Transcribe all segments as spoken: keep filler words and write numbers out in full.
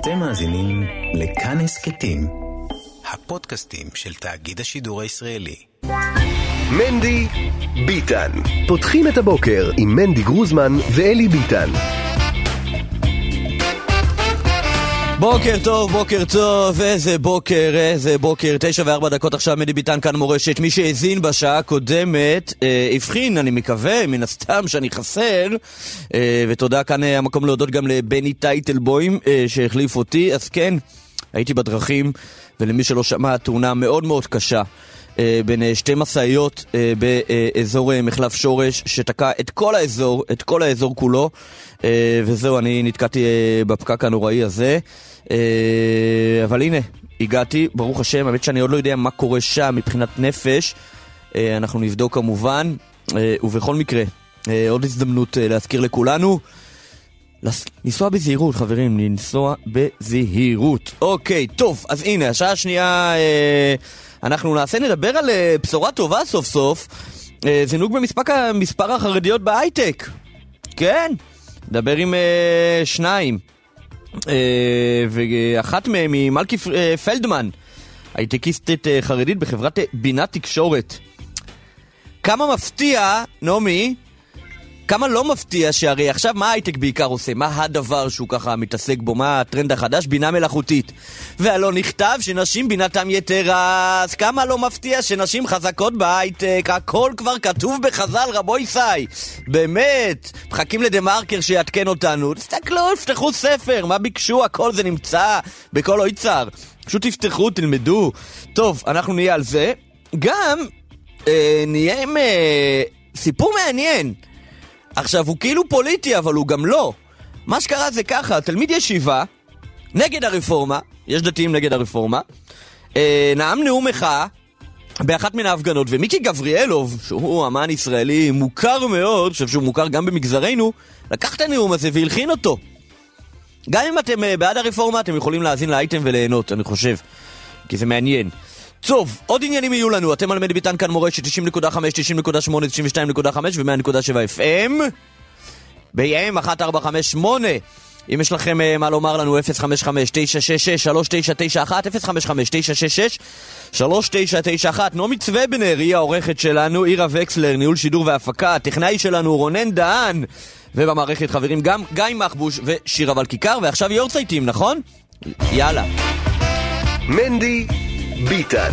אתם מאזינים לכאן הסכתים, הפודקאסטים של תאגיד השידור הישראלי. מנדי ביטן. פותחים את הבוקר עם מנדי גרוזמן ואלי ביטן. בוקר טוב, בוקר טוב, איזה בוקר, איזה בוקר, תשע וארבע דקות עכשיו, מנדי ביטן כאן מורשת. מי שהזין בשעה הקודמת, אה, הבחין, אני מקווה, מן הסתם שאני חסר, אה, ותודה כאן אה, המקום להודות גם לבני טייטלבוים, אה, שהחליף אותי. אז כן, הייתי בדרכים, ולמי שלא שמע, תאונה מאוד מאוד קשה, אה, בין אה, שתי מסעיות אה, באזור אה, מחלף שורש, שתקע את כל האזור, את כל האזור כולו, אה, וזהו, אני נתקעתי אה, בפקק הנוראי הזה. אבל הנה, הגעתי, ברוך השם, האמת שאני עוד לא יודע מה קורה שם מבחינת נפש, אנחנו נבדוק כמובן, ובכל מקרה, עוד הזדמנות להזכיר לכולנו, לנסוע בזהירות, חברים, לנסוע בזהירות. אוקיי, טוב, אז הנה, השעה השנייה, אנחנו נעשה, נדבר על בשורה טובה סוף סוף, זינוק במספר החרדיות בהייטק, כן, נדבר עם שניים. ואחת מהם היא מלכי פלדמן, הייטקיסטית חרדית בחברת בינה תקשורת. כמה מפתיע, נעמי, כמה לא מפתיע שהרי עכשיו מה ההייטק בעיקר עושה? מה הדבר שהוא ככה מתעסק בו? מה הטרנד החדש? בינה מלאכותית. והלא נכתב שנשים בינתם יתרה, אז כמה לא מפתיע שנשים חזקות בהייטק? הכל כבר כתוב בחז"ל, רבוי סי. באמת, מחכים לדמרקר שיעדכן אותנו. תסתכלו, תפתחו ספר, מה ביקשו? הכל זה נמצא בכל אויצר. פשוט תפתחו, תלמדו. טוב, אנחנו נהיה על זה. גם אה, נהיה עם אה, סיפור מעניין. עכשיו, הוא כאילו פוליטי, אבל הוא גם לא. מה שקרה זה ככה, תלמיד ישיבה, נגד הרפורמה, יש דתיים נגד הרפורמה, אה, נאם נאום מחאה, באחת מן ההפגנות, ומיקי גבריאלוב, שהוא אמן ישראלי מוכר מאוד, חושב שהוא מוכר גם במגזרנו, לקח את הנאום הזה והלחין אותו. גם אם אתם אה, בעד הרפורמה, אתם יכולים להאזין לאייטם וליהנות, אני חושב, כי זה מעניין. טוב, עוד עניינים יהיו לנו. אתם על מנדי ביטן כאן מורשת תשעים נקודה חמש, תשעים נקודה שמונה, תשעים ושתיים נקודה חמש ו-מאה נקודה שבע אף אם ב-אם אחת ארבע חמש שמונה. אם יש לכם uh, מה לומר לנו, אפס חמש חמש תשע שש שש שלוש תשע תשע אחת, אפס חמש חמש תשע שש שש שלוש תשע תשע אחת. נעמי צוובנר היא העורכת שלנו, אירה וקסלר ניהול שידור והפקה, הטכנאי שלנו רונן דהן, ובמערכת חברים גם גיא מחבוש ושירה ולכיכר. ועכשיו יורצייטים, נכון? יאללה, מנדי ביטן.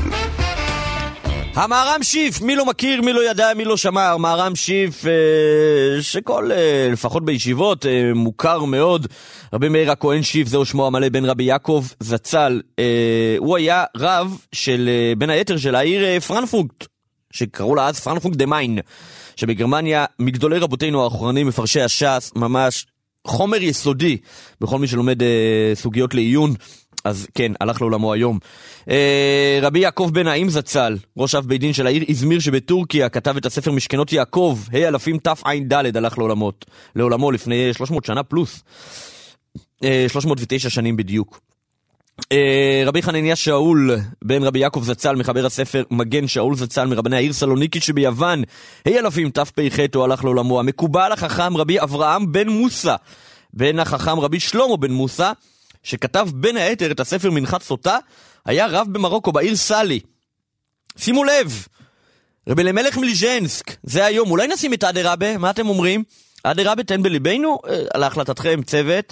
המהר"ם שיף, מי לא מכיר, מי לא ידע, מי לא שמע, המהר"ם שיף, אה, שכל, אה, לפחות בישיבות, אה, מוכר מאוד. רבי מאיר הכהן שיף, זהו שמו המלא, בן רבי יעקב זצ"ל. אה, הוא היה רב של, אה, בין היתר של העיר אה, פרנקפורט, שקראו לה אז פרנקפורט דה מיין, שבגרמניה, מגדולי רבותינו האחרונים, מפרשי הש"ס, ממש חומר יסודי, בכל מי שלומד אה, סוגיות לעיון. אז כן, הלך לעולמו היום. אה, רבי יעקב בן נעים זצ"ל, ראש אב בית דין של העיר איזמיר שבטורקיה, כתב את הספר משכנות יעקב, ה' אלפים תע"ד, הלך לעולמות, לעולמו לפני שלוש מאות שנה פלוס. אה, שלוש מאות ותשע שנים בדיוק. אה, רבי חנניה שאול, בן רבי יעקב זצ"ל, מחבר הספר מגן שאול זצ"ל, מרבני העיר סלוניקי שביוון, ה' אלפים תפ"ח, הוא הלך לעולמו. המקובל החכם רבי אברהם בן מוסא, בן החכם רבי שלמה בן מוסא, שכתב בין היתר את הספר מנחת סוטה, היה רב במרוקו, בעיר סאלי. שימו לב, רבי למלך מליז'נסק, זה היום, אולי נשים את עדי רבה, מה אתם אומרים? עדי רבה תן בליבנו, על ההחלטתכם, צוות.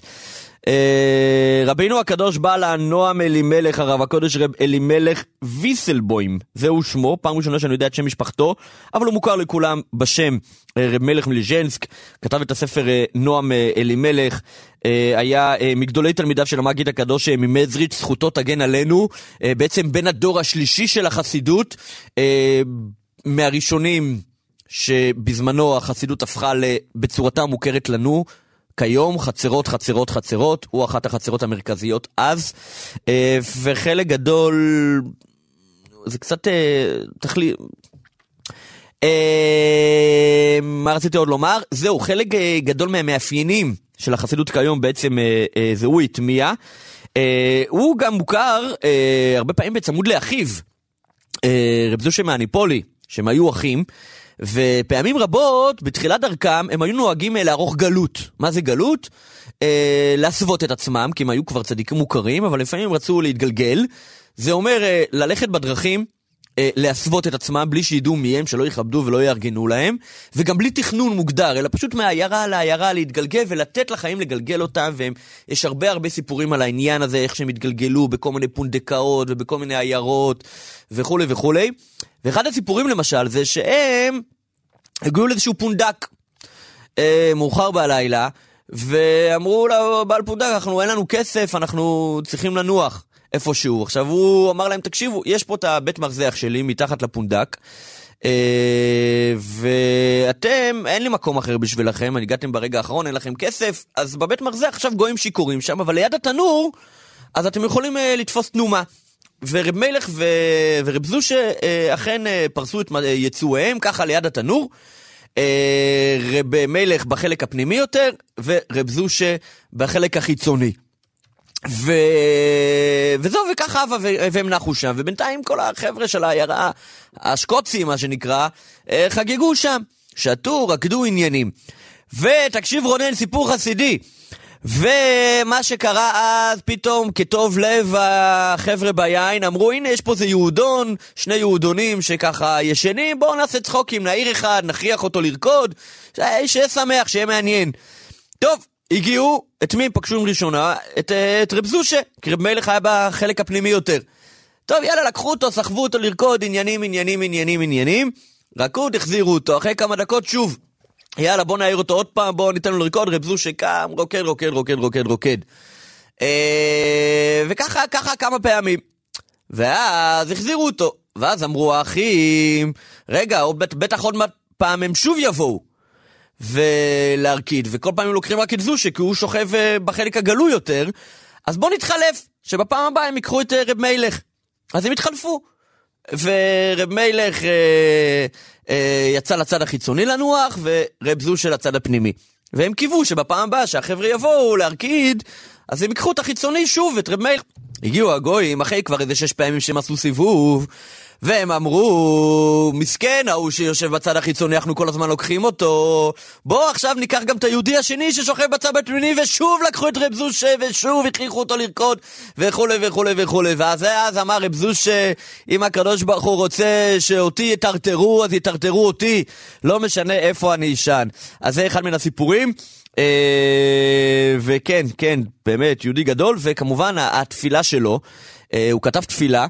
רבינו הקדוש בעל הנועם אלימלך, הרב הקודש רב אלימלך ויסלבוים, זהו שמו, פעם ראשונה שאני יודע את שם משפחתו, אבל הוא מוכר לכולם בשם רב מלך מליז'נסק, כתב את הספר נועם אלימלך, היה מגדולי תלמידיו של המגיד הקדוש ממזריץ', זכותו תגן עלינו, בעצם בין הדור השלישי של החסידות, מהראשונים שבזמנו החסידות הפכה בצורתה מוכרת לנו, כיום חצרות, חצרות, חצרות, הוא אחת החצרות המרכזיות אז, וחלק גדול, זה קצת תחלי... מה רציתי עוד לומר? זהו, חלק גדול מהמאפיינים של החסידות כיום בעצם זה הוא התמיע, הוא גם מוכר הרבה פעמים בצמוד לאחיו, רב זושה מהניפולי, שהם היו אחים, ופעמים רבות, בתחילת דרכם, הם היו נוהגים לערוך גלות. מה זה גלות? אה, להסוות את עצמם, כי הם היו כבר צדיקים מוכרים, אבל לפעמים הם רצו להתגלגל. זה אומר אה, ללכת בדרכים, אה, להסוות את עצמם, בלי שידעו מהם, שלא יכבדו ולא יארגנו להם, וגם בלי תכנון מוגדר, אלא פשוט מהעיירה לעיירה להתגלגל, ולתת לחיים לגלגל אותם, ויש הרבה הרבה סיפורים על העניין הזה, איך שהם התגלגלו בכל מיני פונדקאות, ובכל מיני עיירות, וכו' וכו'. ואחד הסיפורים למשל, זה שהם הגיעו לאיזשהו פונדק, אה, מאוחר בלילה, ואמרו לבעל פונדק, אנחנו, אין לנו כסף, אנחנו צריכים לנוח. איפשהו. עכשיו הוא אמר להם, תקשיבו, יש פה את הבית מרזח שלי מתחת לפונדק, ואתם, אין לי מקום אחר בשבילכם, אני הגעתם ברגע האחרון, אין לכם כסף, אז בבית מרזח עכשיו גויים שיקורים שם, אבל ליד התנור, אז אתם יכולים לתפוס תנומה. ורב מלך ו... ורב זושה אכן פרסו את יצואיהם ככה ליד התנור, רב מלך בחלק הפנימי יותר, ורב זושה בחלק החיצוני. ו... וזהו, וככה אבא והם נחו שם, ובינתיים כל החבר'ה של העיירה, השקוצים מה שנקרא, חגגו שם, שתו, רקדו עניינים. ותקשיב רונן, סיפור חסידי, ומה שקרה אז, פתאום כטוב לב החבר'ה ביין, אמרו הנה יש פה זה יהודון, שני יהודונים שככה ישנים, בואו נעשה צחוקים, נעיר אחד, נכריח אותו לרקוד, שיהיה שמח, שיהיה מעניין. טוב, הגיעו, את מי פגשו עם ראשונה? את, את רב זושה, כי רב מלך היה בחלק הפנימי יותר. טוב, יאללה, לקחו אותו, סחבו אותו לרקוד, עניינים, עניינים, עניינים, עניינים. רקוד, החזירו אותו, אחרי כמה דקות שוב. יאללה, בוא נעיר אותו עוד פעם, בוא ניתן לו לרקוד, רב זושה קם, רוקד, רוקד, רוקד, רוקד, רוקד. אה, וככה, ככה כמה פעמים. ואז החזירו אותו. ואז אמרו האחים, רגע, עוד, בטח עוד פעם הם שוב יבואו. ולהרקיד, וכל פעם הם לוקחים רק את זושה, כי הוא שוכב בחלק הגלוי יותר, אז בוא נתחלף, שבפעם הבאה הם יקחו את רב מלך. אז הם התחלפו. ורב מלך אה, אה, יצא לצד החיצוני לנוח, ורב זושה לצד הפנימי. והם קיוו שבפעם הבאה שהחבר'ה יבואו להרקיד, אז הם יקחו את החיצוני שוב, את רב מלך. הגיעו הגויים, אחרי כבר איזה שש פעמים שהם עשו סיבוב, והם אמרו, מסכן, ההוא שיושב בצד החיצוני, אנחנו כל הזמן לוקחים אותו, בוא עכשיו ניקח גם את היהודי השני ששוכב בצד הפנימי, ושוב לקחו את רב זושה, ושוב הכריחו אותו לרקוד, וכו' וכו' וכו'. ואז אז אמר רב זושה, אם הקדוש ברוך הוא רוצה שאותי יטרטרו, אז יטרטרו אותי, לא משנה איפה אני אשן. אז זה אחד מן הסיפורים. וכן, כן, באמת, יהודי גדול, וכמובן התפילה שלו, הוא כתב תפילה,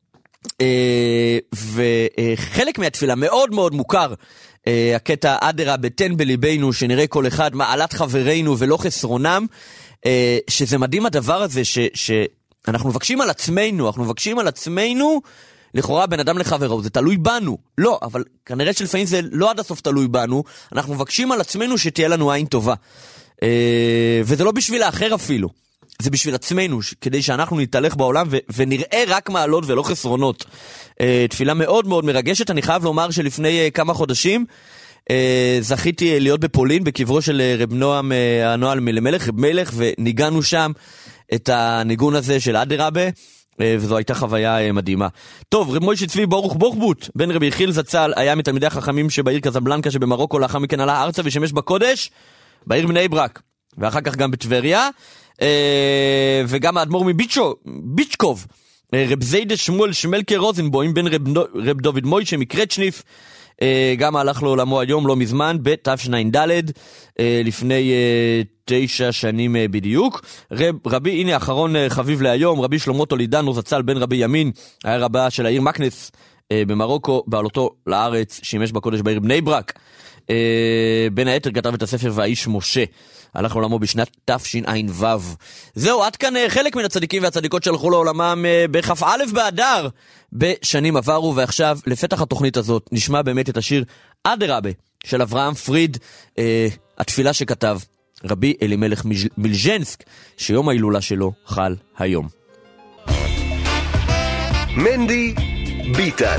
וחלק מהתפילה מאוד מאוד מוכר, הקטע אדרה בתן בליבנו, שנראה כל אחד מעלת חברינו ולא חסרונם, שזה מדהים הדבר הזה, שאנחנו מבקשים על עצמנו, אנחנו מבקשים על עצמנו, לכאורה בן אדם לחברו, זה תלוי בנו, לא, אבל כנראה שלפעמים זה לא עד הסוף תלוי בנו, אנחנו מבקשים על עצמנו שתהיה לנו עין טובה, וזה לא בשביל האחר אפילו, זה בשביל עצמנו, כדי שאנחנו נתהלך בעולם ו- ונראה רק מעלות ולא חסרונות. תפילה מאוד מאוד מרגשת. אני חייב לומר שלפני כמה חודשים זכיתי להיות בפולין, בקברו של רב נועם הנועל מלמלך, רב מלך, וניגענו שם את הניגון הזה של אדרבה, וזו הייתה חוויה מדהימה. טוב, רב מוישה צבי ברוך בוחבוט, בן רבי יחיאל זצ"ל, היה מתלמידי החכמים שבעיר קזבלנקה שבמרוקו, לאחר מכן עלה ארצה ושמש בקודש, בעיר בני ברק, ואחר כך גם בטבריה, וגם האדמו"ר מביצ'קוב, רב זיידה שמואל שמלקה רוזנבוים, בן רב דוד מוישה מקרצ'ניף, גם הלך לעולמו היום לא מזמן, בתשע"ד, לפני תשע שנים בדיוק. רב, רבי, הנה אחרון חביב להיום, רבי שלמה טולידנו זצ"ל, בן רבי ימין, היה רבה של העיר מקנס במרוקו, בעלותו לארץ, שימש בקודש בעיר בני ברק. בין היתר כתב את הספר והאיש משה, הלך לעולמו בשנת תשע"ו. זהו, עד כאן חלק מן הצדיקים והצדיקות שהלכו לעולמם בכ"א באדר בשנים עברו, ועכשיו לפתח התוכנית הזאת נשמע באמת את השיר אדרבה של אברהם פריד, אה, התפילה שכתב רבי אלימלך מילז'נסק, שיום ההילולה שלו חל היום. מנדי ביטן.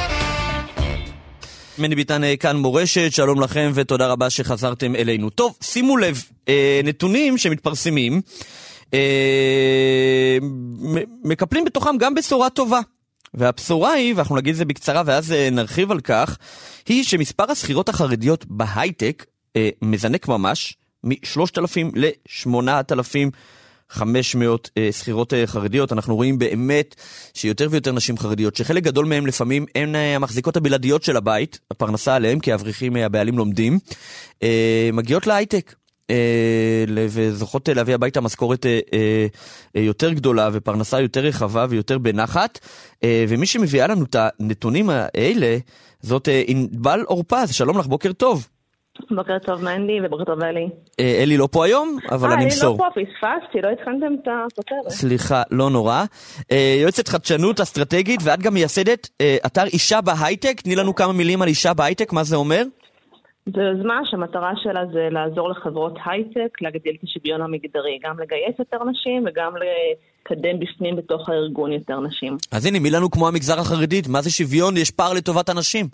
מני ביטן כאן מורשת, שלום לכם ותודה רבה שחזרתם אלינו. טוב, שימו לב, אה, נתונים שמתפרסמים, אה, מקפלים בתוכם גם בשורה טובה. והבשורה היא, ואנחנו נגיד את זה בקצרה ואז נרחיב על כך, היא שמספר השכירות החרדיות בהייטק אה, מזנק ממש מ-שלושת אלפים ל-שמונת אלפים וחמש מאות אה, שכירות אה, חרדיות. אנחנו רואים באמת שיותר ויותר נשים חרדיות, שחלק גדול מהם לפעמים הן אה, המחזיקות הבלעדיות של הבית, הפרנסה עליהם, כי האברכים, אה, הבעלים לומדים, אה, מגיעות להייטק. וזוכות להביא הביתה משכורת יותר גדולה ופרנסה יותר רחבה ויותר בנחת, ומי שמביאה לנו את הנתונים האלה זאת ענבל אורפז. שלום לך, בוקר טוב. בוקר טוב מנדי ובוקר טוב אלי. אלי לא פה היום, אבל אני אמסור. אלי לא פה, פספסתי, לא התחלתם את הכותרת. סליחה, לא נורא. יועצת חדשנות אסטרטגית ואת גם מייסדת אתר אישה בהייטק. תני לנו כמה מילים על אישה בהייטק, מה זה אומר? זו יוזמה שהמטרה שלה זה לעזור לחברות הייטק, להגדיל את השוויון המגדרי, גם לגייס יותר נשים וגם לקדם בפנים בתוך הארגון יותר נשים. אז הנה, מי לנו כמו המגזר החרדית? מה זה שוויון? יש פער לטובת הנשים?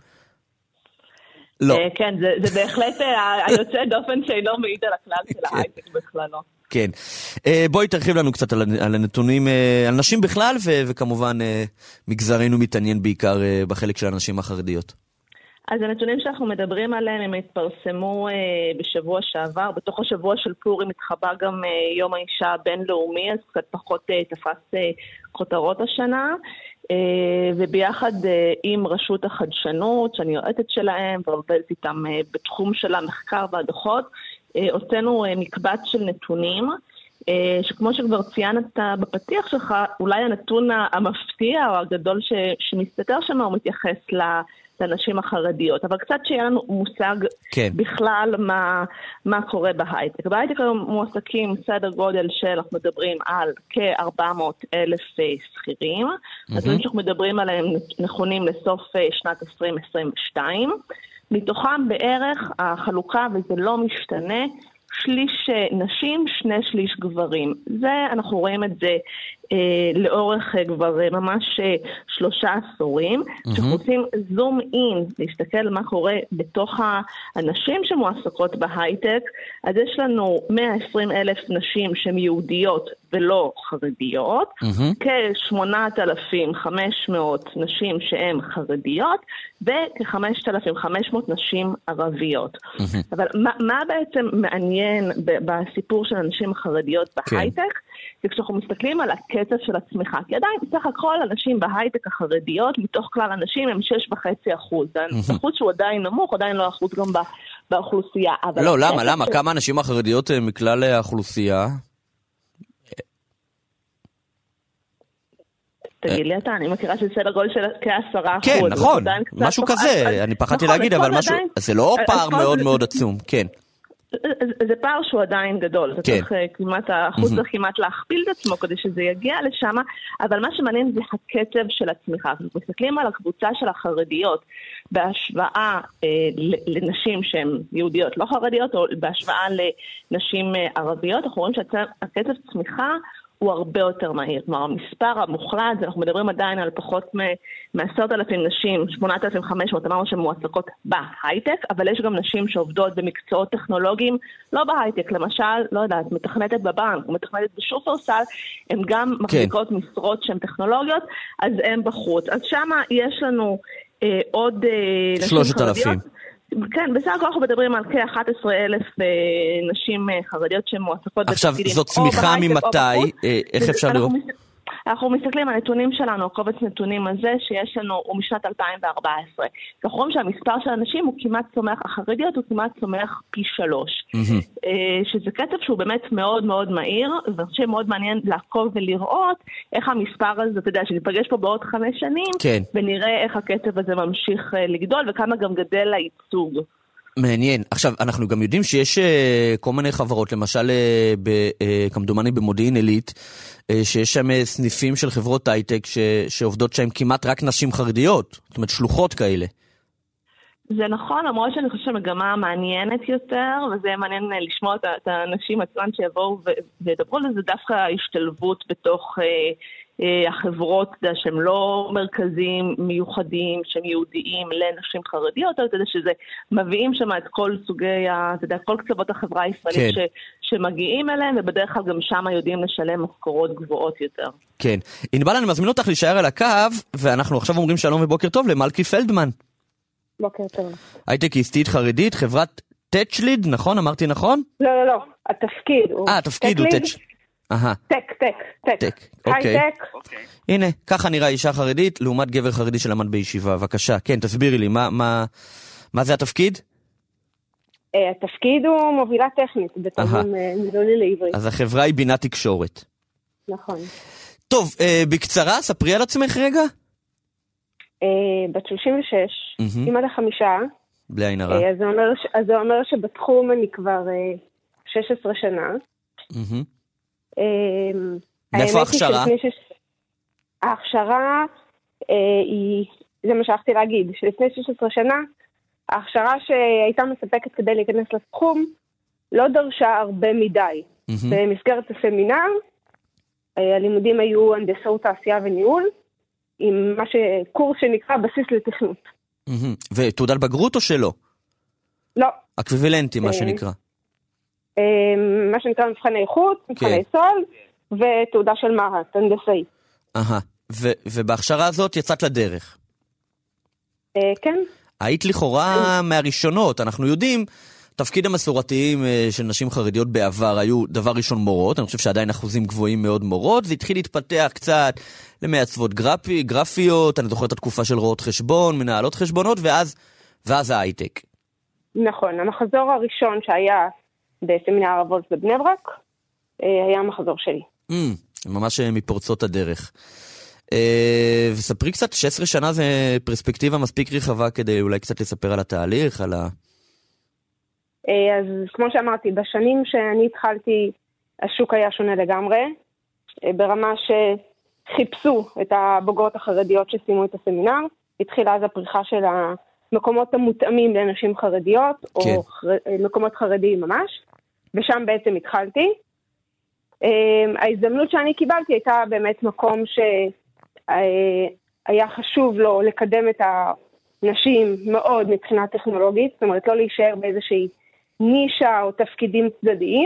לא. כן, זה בהחלט היוצא דופן שאינו מעיד על הכלל של ההייטק בכלל לא. כן. בואי תרחיב לנו קצת על הנתונים, על נשים בכלל, וכמובן מגזרנו מתעניין בעיקר בחלק של הנשים החרדיות. אז הנתונים שאנחנו מדברים עליהם הם התפרסמו אה, בשבוע שעבר. בתוך השבוע של פורים התחבא גם אה, יום האישה הבינלאומי, אז קצת פחות אה, תפס אה, כותרות השנה. אה, וביחד אה, עם רשות החדשנות, שאני יועצת שלהם ועובדת איתם אה, בתחום של המחקר והדוחות, אה, הוצאנו אה, מקבץ של נתונים, אה, שכמו שכבר ציינת בפתיח שלך, אולי הנתון המפתיע או הגדול ש, שמסתתר שם הוא מתייחס ל... לנשים החרדיות, אבל קצת שיהיה לנו מושג כן. בכלל מה, מה קורה בהייטק. בהייטק היום מועסקים סדר גודל של, אנחנו מדברים על כ-ארבע מאות אלף שכירים, mm-hmm. אז אנחנו מדברים עליהם נכונים לסוף שנת עשרים עשרים ושתיים, מתוכם בערך החלוקה, וזה לא משתנה, שליש נשים, שני שליש גברים. זה, אנחנו רואים את זה אה, לאורך אה, כבר אה, ממש אה, שלושה עשורים. Mm-hmm. שאנחנו רוצים זום אין, להסתכל מה קורה בתוך האנשים שמועסקות בהייטק, אז יש לנו מאה ועשרים אלף נשים שהן יהודיות ולא חרדיות, mm-hmm. כ-שמונת אלפים וחמש מאות נשים שהן חרדיות, וכ-חמשת אלפים וחמש מאות נשים ערביות. Mm-hmm. אבל מה, מה בעצם מעניין בסיפור של הנשים החרדיות בהייטק? כן. וכשאנחנו מסתכלים על הקצב של הצמיחה, כי עדיין בסך הכל אנשים בהייטק החרדיות, מתוך כלל אנשים הם שש וחצי אחוז. זה אחוז שהוא עדיין נמוך, עדיין לא אחוז גם באוכלוסייה. לא, למה? למה? כמה הנשים החרדיות מכלל האוכלוסייה? תגיד לי אתה, אני מכירה שזה סדר גודל של כעשרה אחוז. כן, נכון, משהו כזה, אני פחדתי להגיד, אבל משהו, זה לא פער מאוד מאוד עצום, כן. זה פער שהוא עדיין גדול, זה צריך כמעט, האחוז צריך כמעט להכפיל את עצמו כדי שזה יגיע לשם, אבל מה שמעניין זה הקצב של הצמיחה. אנחנו מסתכלים על הקבוצה של החרדיות בהשוואה לנשים שהן יהודיות לא חרדיות, או בהשוואה לנשים ערביות, אנחנו רואים שהקצב צמיחה הוא הרבה יותר מהיר. כלומר, המספר המוחלט, אנחנו מדברים עדיין על פחות מ-עשרת אלפים נשים, שמונת אלפים וחמש מאות, אמרנו שהן מועסקות בהייטק, אבל יש גם נשים שעובדות במקצועות טכנולוגיים, לא בהייטק, למשל, לא יודעת, מתכנתת בבנק, מתכנתת בשופרסל, הן גם מחזיקות כן. משרות שהן טכנולוגיות, אז הן בחוץ. אז שמה יש לנו אה, עוד אה, נשים שלושת אלפים. כן, בסך הכל אנחנו מדברים על כ-אחת עשרה אלף נשים חרדיות שמועסקות בתפקידים. עכשיו, זאת צמיחה ממתי? איך אפשר לראות? אנחנו מסתכלים על הנתונים שלנו, הקובץ נתונים הזה שיש לנו, הוא משנת אלפיים וארבע עשרה. אנחנו רואים שהמספר של אנשים הוא כמעט צומח, החרדיות הוא כמעט צומח פי שלוש. שזה קצב שהוא באמת מאוד מאוד מהיר, ואני חושב מאוד מעניין לעקוב ולראות איך המספר הזה, אתה יודע, שניפגש פה בעוד חמש שנים, כן. ונראה איך הקצב הזה ממשיך לגדול, וכמה גם גדל הייצוג. מעניין. עכשיו, אנחנו גם יודעים שיש uh, כל מיני חברות, למשל, uh, ב, uh, כמדומני במודיעין עילית, uh, שיש שם uh, סניפים של חברות הייטק ש, שעובדות שם כמעט רק נשים חרדיות, זאת אומרת, שלוחות כאלה. זה נכון, למרות שאני חושבת שמגמה מעניינת יותר, וזה מעניין לשמוע את האנשים עצמם שיבואו וידברו לזה, דווקא השתלבות בתוך uh, החברות שהם לא מרכזיים מיוחדים, שהם יהודיים לנשים חרדיות, אתה יודע שזה מביאים שם את כל סוגי, אתה יודע, כל קצוות החברה הישראלית כן. ש, שמגיעים אליהם, ובדרך כלל גם שם יודעים לשלם משכורות גבוהות יותר. כן. ענבל, אני מזמין אותך להישאר על הקו, ואנחנו עכשיו אומרים שלום ובוקר טוב למלכי פלדמן. בוקר טוב. הייטקיסטית חרדית, חברת טצ'ליד, נכון? אמרתי נכון? לא, לא, לא. התפקיד הוא... אה, התפקיד הוא טצ'... אהה. טק, טק, טק. טק, אוקיי. הייטק. הנה, ככה נראה אישה חרדית, לעומת גבר חרדי שלמד בישיבה. בבקשה, כן, תסבירי לי, מה, מה, מה זה התפקיד? התפקיד הוא מובילה טכנית, בתרגום מילולי לעברית. אז החברה היא בינת תקשורת. נכון. טוב, בקצרה, ספרי על עצמך רגע. בת שלושים ושש, אמא לחמישה. בלי עין הרע. אז זה אומר שבתחום אני כבר שש עשרה שנה. מאיפה ההכשרה? ההכשרה היא, זה מה שהלכתי להגיד, שלפני שש עשרה שנה, ההכשרה שהייתה מספקת כדי להיכנס לתחום, לא דרשה הרבה מדי. במסגרת הסמינר, הלימודים היו הנדסאות תעשייה וניהול, עם מה שקורס שנקרא בסיס לתכנות. ותעודת בגרות או שלא? לא. אקוויוולנטי, מה שנקרא. מה שנקרא מבחני איכות, מבחני סול, ותעודה של מה"ט, הנדסאי. אהה, ובהכשרה הזאת יצאת לדרך? כן. היית לכאורה מהראשונות, אנחנו יודעים, תפקיד המסורתיים של נשים חרדיות בעבר היו דבר ראשון מורות, אני חושב שעדיין אחוזים גבוהים מאוד מורות, זה התחיל להתפתח קצת למעצבות גרפי, גרפיות, אני זוכר את התקופה של רואות חשבון, מנהלות חשבונות, ואז, ואז ההייטק. נכון, המחזור הראשון שהיה בסמינר הוולף בבני ברק, היה המחזור שלי. Mm, ממש מפורצות הדרך. וספרי קצת, שש עשרה שנה זה פרספקטיבה מספיק רחבה כדי אולי קצת לספר על התהליך, על ה... אז כמו שאמרתי, בשנים שאני התחלתי, השוק היה שונה לגמרי, ברמה שחיפשו את הבוגרות החרדיות שסיימו את הסמינר, התחילה אז הפריחה של המקומות המותאמים לנשים חרדיות, כן. או חר... מקומות חרדיים ממש, ושם בעצם התחלתי. ההזדמנות שאני קיבלתי הייתה באמת מקום שהיה חשוב לו לקדם את הנשים מאוד מבחינה טכנולוגית, זאת אומרת לא להישאר באיזושהי נישה או תפקידים צדדיים.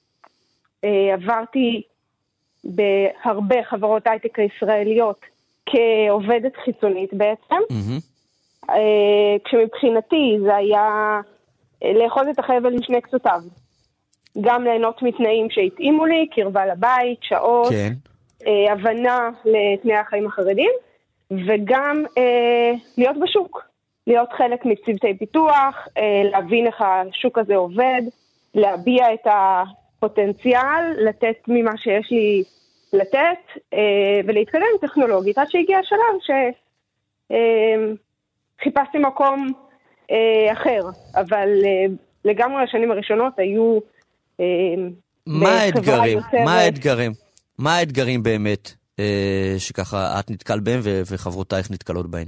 עברתי בהרבה חברות הייטק הישראליות כעובדת חיצונית בעצם, mm-hmm. כשמבחינתי זה היה לאחוז את החבל עם שני קצותיו. גם ליהנות מתנאים שהתאימו לי, קרבה לבית, שעות, כן. אה, הבנה לתנאי החיים החרדים, וגם אה, להיות בשוק, להיות חלק מצוותי פיתוח, אה, להבין איך השוק הזה עובד, להביע את הפוטנציאל, לתת ממה שיש לי לתת, אה, ולהתקדם טכנולוגית, עד שהגיע השלב שחיפשתי אה, מקום אה, אחר, אבל אה, לגמרי השנים הראשונות היו מה האתגרים? מה האתגרים? מה האתגרים באמת שככה את נתקל בהם וחברותייך נתקלות בהן?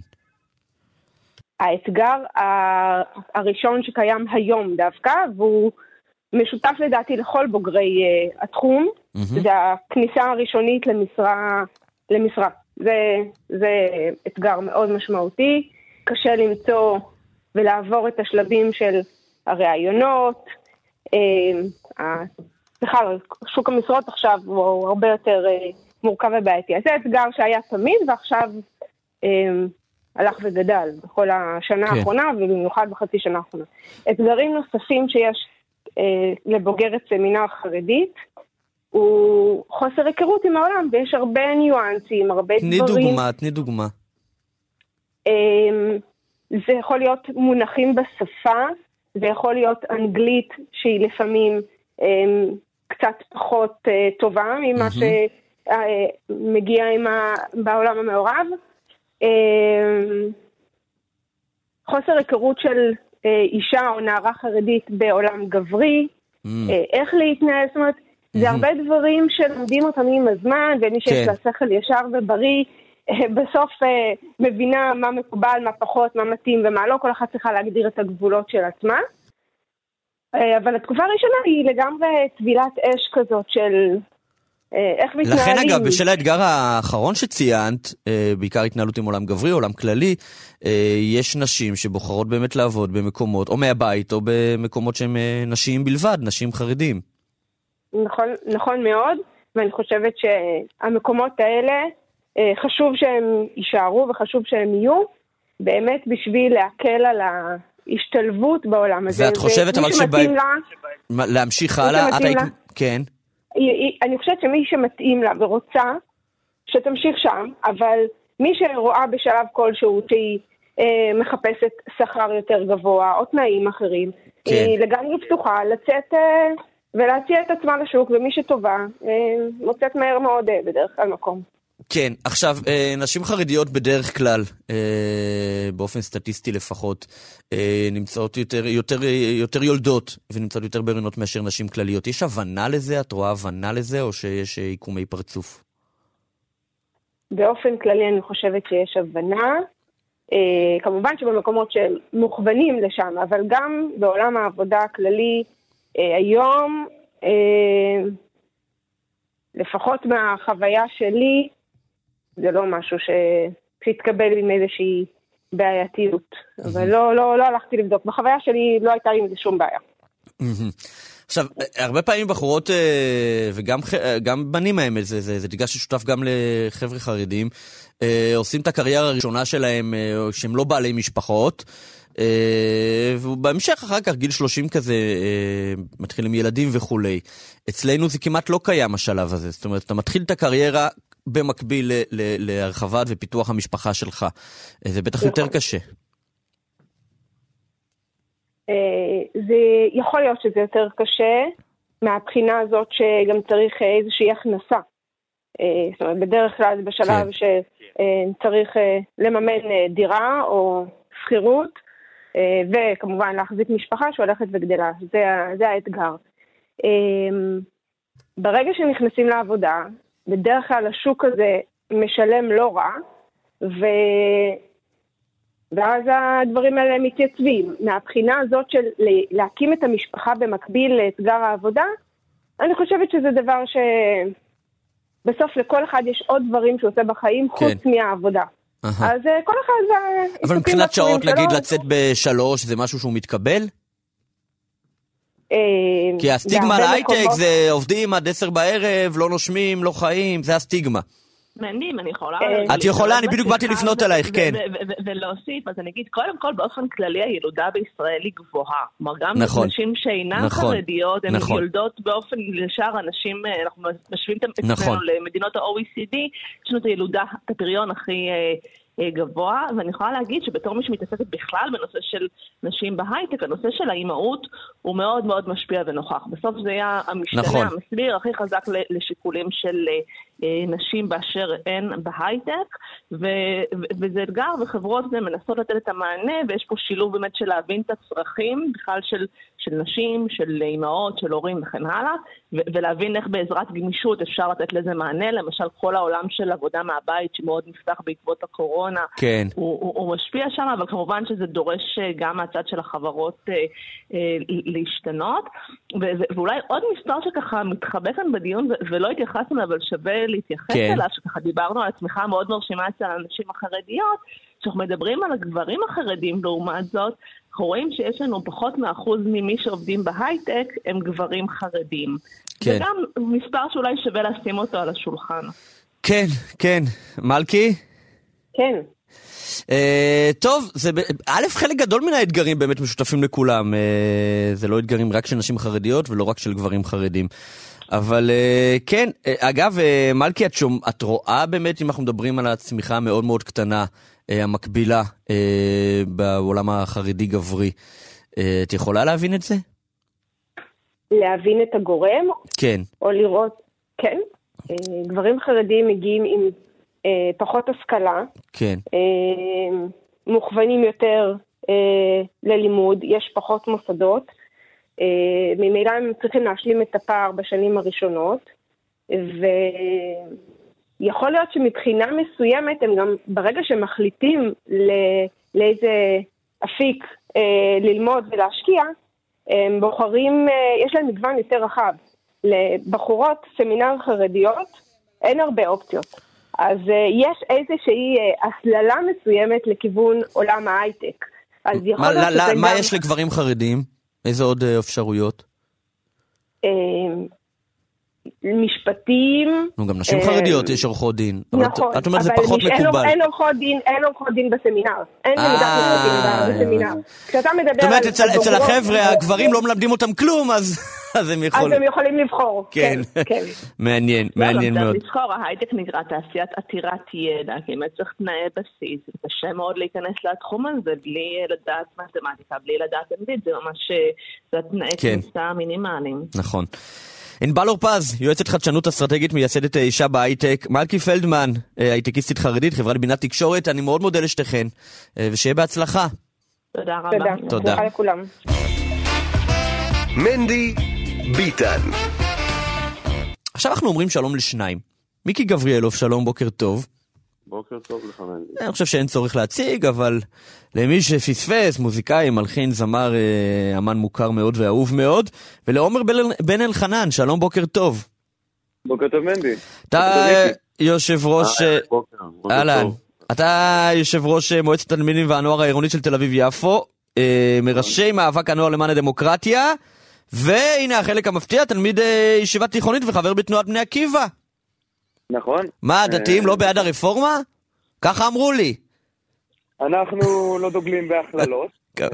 האתגר הראשון שקיים היום דווקא, והוא משותף לדעתי לכל בוגרי התחום, זה הכניסה הראשונית למשרה, למשרה. זה, זה אתגר מאוד משמעותי, קשה למצוא ולעבור את השלבים של הרעיונות, בכלל, שוק המשרות עכשיו הוא הרבה יותר מורכב ובעייתי. זה אתגר שהיה תמיד ועכשיו הלך וגדל בכל השנה האחרונה ובמיוחד בחצי שנה האחרונה. אתגרים נוספים שיש לבוגרת סמינר חרדית הוא חוסר היכרות עם העולם, ויש הרבה ניואנסים, הרבה דברים. תני דוגמה, תני דוגמה. זה יכול להיות מונחים בשפה, זה יכול להיות אנגלית שהיא לפעמים אה, קצת פחות אה, טובה ממה mm-hmm. שמגיע עם ה, בעולם המעורב. אה, חוסר היכרות של אה, אישה או נערה חרדית בעולם גברי, mm-hmm. אה, איך להתנהל, זאת אומרת, mm-hmm. זה הרבה דברים שלומדים אותם עם הזמן, ומי שיש okay. לה שכל ישר ובריא, בסוף מבינה מה מקובל, מה פחות, מה מתאים ומה לא, כל אחת צריכה להגדיר את הגבולות של עצמה. אבל התקופה הראשונה היא לגמרי טבילת אש כזאת של איך מתנהלים. לכן אגב, בשל האתגר האחרון שציינת, בעיקר התנהלות עם עולם גברי, עולם כללי, יש נשים שבוחרות באמת לעבוד במקומות, או מהבית, או במקומות שהם נשים בלבד, נשים חרדים. נכון, נכון מאוד. ואני חושבת שהמקומות האלה, חשוב שהם יישארו וחשוב שהם יהיו, באמת בשביל להקל על ההשתלבות בעולם הזה. ואת חושבת אבל שבאים... להמשיך הלאה? כן. אני חושבת שמי שמתאים לה ורוצה, שתמשיך שם, אבל מי שרואה בשלב כלשהו שהיא מחפשת שכר יותר גבוה, או תנאים אחרים, היא לגמרי פתוחה לצאת ולהציע את עצמה לשוק, ומי שטובה מוצאת מהר מאוד בדרך כלל מקום. כן, עכשיו, נשים חרדיות בדרך כלל, באופן סטטיסטי לפחות, נמצאות יותר, יותר, יותר יולדות, ונמצאות יותר בהריונות מאשר נשים כלליות. יש הבנה לזה? את רואה הבנה לזה, או שיש עיקומי פרצוף? באופן כללי אני חושבת שיש הבנה, כמובן שבמקומות שמוכוונים לשם, אבל גם בעולם העבודה הכללי, היום, לפחות מהחוויה שלי, זה לא משהו שהתקבל עם איזושהי בעייתיות. אבל לא, לא, לא הלכתי לבדוק. בחוויה שלי לא הייתה עם זה שום בעיה. עכשיו, הרבה פעמים בחורות, וגם גם בנים האמת, זה, זה, זה תיגש ששותף גם לחבר'ה חרדים, עושים את הקריירה הראשונה שלהם, שהם לא בעלי משפחות, ובהמשך אחר כך גיל שלושים כזה מתחילים ילדים וכולי. אצלנו זה כמעט לא קיים השלב הזה, זאת אומרת, אתה מתחיל את הקריירה במקביל להרחבת ופיתוח המשפחה שלך. זה בטח יותר קשה. זה יכול להיות שזה יותר קשה, מהבחינה הזאת שגם צריך איזושהי הכנסה. זאת אומרת, בדרך כלל בשלב שצריך לממן דירה או שכירות, וכמובן להחזיק משפחה שהולכת וגדלה. זה, זה האתגר. ברגע שנכנסים לעבודה, בדרך כלל השוק הזה משלם לא רע, ו... ואז הדברים האלה מתייצבים. מהבחינה הזאת של להקים את המשפחה במקביל לאתגר העבודה, אני חושבת שזה דבר שבסוף לכל אחד יש עוד דברים שהוא עושה בחיים חוץ כן. מהעבודה. Aha. אז כל אחד זה... אבל מבחינת שעות, נגיד לצאת בשלוש, זה משהו שהוא מתקבל? כי הסטיגמה על ההייטק זה עובדים עד עשר בערב, לא נושמים, לא חיים, זה הסטיגמה. מעניין, אני יכולה... את יכולה, אני בדיוק באתי לפנות אלייך, כן. ולהוסיף, אז אני אגיד, קודם כל, באופן כללי, הילודה בישראל היא גבוהה. כלומר, גם נשים שאינן חרדיות, הן יולדות באופן לשאר אנשים, אנחנו משווים אצלנו למדינות ה-או אי סי די, יש לנו את הילודה, את הפריון הכי... גבוה, ואני יכולה להגיד שבתור מי שמתעסקת בכלל בנושא של נשים בהייטק, הנושא של האימהות הוא מאוד מאוד משפיע ונוכח. בסוף זה היה המשתנה, נכון. המסביר הכי חזק לשיקולים של נשים באשר הן בהייטק, ו- וזה אתגר, וחברות זה מנסות לתת את המענה, ויש פה שילוב באמת של להבין את הצרכים, בכלל של, של נשים, של אימהות, של הורים וכן הלאה, ו- ולהבין איך בעזרת גמישות אפשר לתת לזה מענה, למשל כל העולם של עבודה מהבית, שמאוד נפתח בעקבות הקורונה, כן. הוא, הוא, הוא משפיע שם, אבל כמובן שזה דורש גם מהצד של החברות אה, אה, להשתנות, ו- ואולי עוד מספר שככה מתחבא כאן בדיון, ו- ולא התייחסנו, אבל שווה להתייחס כן. אליו, שככה דיברנו על הצמיחה מאוד מרשימה אצל האנשים החרדיות, שאנחנו מדברים על הגברים החרדים לעומת זאת, אנחנו רואים שיש לנו פחות מאחוז ממי שעובדים בהייטק, הם גברים חרדים. כן. וגם מספר שאולי שווה לשים אותו על השולחן. כן, כן. מלכי? כן. Uh, טוב, זה, א', חלק גדול מן האתגרים באמת משותפים לכולם. Uh, זה לא אתגרים רק של נשים חרדיות ולא רק של גברים חרדים. אבל uh, כן, uh, אגב, uh, מלכי, את, שום, את רואה באמת, אם אנחנו מדברים על הצמיחה המאוד מאוד קטנה, uh, המקבילה uh, בעולם החרדי-גברי, uh, את יכולה להבין את זה? להבין את הגורם? כן. או לראות, כן. Uh, גברים חרדים מגיעים עם uh, פחות השכלה. כן. Uh, מוכוונים יותר uh, ללימוד, יש פחות מוסדות. Uh, ממילא הם צריכים להשלים את הפער בשנים הראשונות, ויכול להיות שמבחינה מסוימת הם גם ברגע שמחליטים ל- לאיזה אפיק uh, ללמוד ולהשקיע, הם בוחרים, uh, יש להם מגוון יותר רחב. לבחורות סמינר חרדיות אין הרבה אופציות. אז uh, יש איזושהי uh, הסללה מסוימת לכיוון עולם ההייטק. אז יכול מה, להיות לא, שזה מה גם... יש לגברים חרדים? איזה עוד אפשרויות? משפטים. נו, גם נשים חרדיות יש עורכות דין. נכון, את אומרת, זה פחות מקובל. אין עורכות דין, אין עורכות דין בסמינר. אין תלמידת משפטים בסמינר. כשאתה מדבר... זאת אומרת, אצל החבר'ה, הגברים לא מלמדים אותם כלום, אז הם יכולים... אז הם יכולים לבחור. כן, מעניין, מעניין מאוד. לזכור, ההייטק נקרא תעשיית עתירת ידע, כי אם צריך תנאי בסיס, זה קשה מאוד להיכנס לתחום הזה, בלי לדעת מתמטיקה, בלי לדעת אנגלית, זה ממש, זה התנאי כניסה המינימליים. נכון. ענבל אורפז, יועצת חדשנות אסטרטגית, מייסדת אישה בהייטק. מלכי פלדמן, הייטקיסטית חרדית, חברת בינת תקשורת. אני מאוד מודה לשתיכן, ושיהיה בהצלחה. תודה רבה. תודה. תודה לכולם. מנדי ביטן. עכשיו אנחנו אומרים שלום לשניים. מיקי גבריאלוב, שלום, בוקר טוב. בוקר טוב לך, מנדי. אני חושב שאין צורך להציג, אבל למי שפספס, מוזיקאי, מלחין, זמר, אמן מוכר מאוד ואהוב מאוד, ולעומר בן אלחנן, שלום, בוקר טוב. בוקר טוב, מנדי. אתה יושב ראש... אהלן. אתה יושב ראש מועצת התלמידים והנוער העירונית של תל אביב-יפו, מראשי מאבק הנוער למען הדמוקרטיה, והנה החלק המפתיע, תלמיד ישיבה תיכונית וחבר בתנועת בני עקיבא. נכון. מה, הדתיים לא בעד הרפורמה? ככה אמרו לי. אנחנו לא דוגלים בהכללות.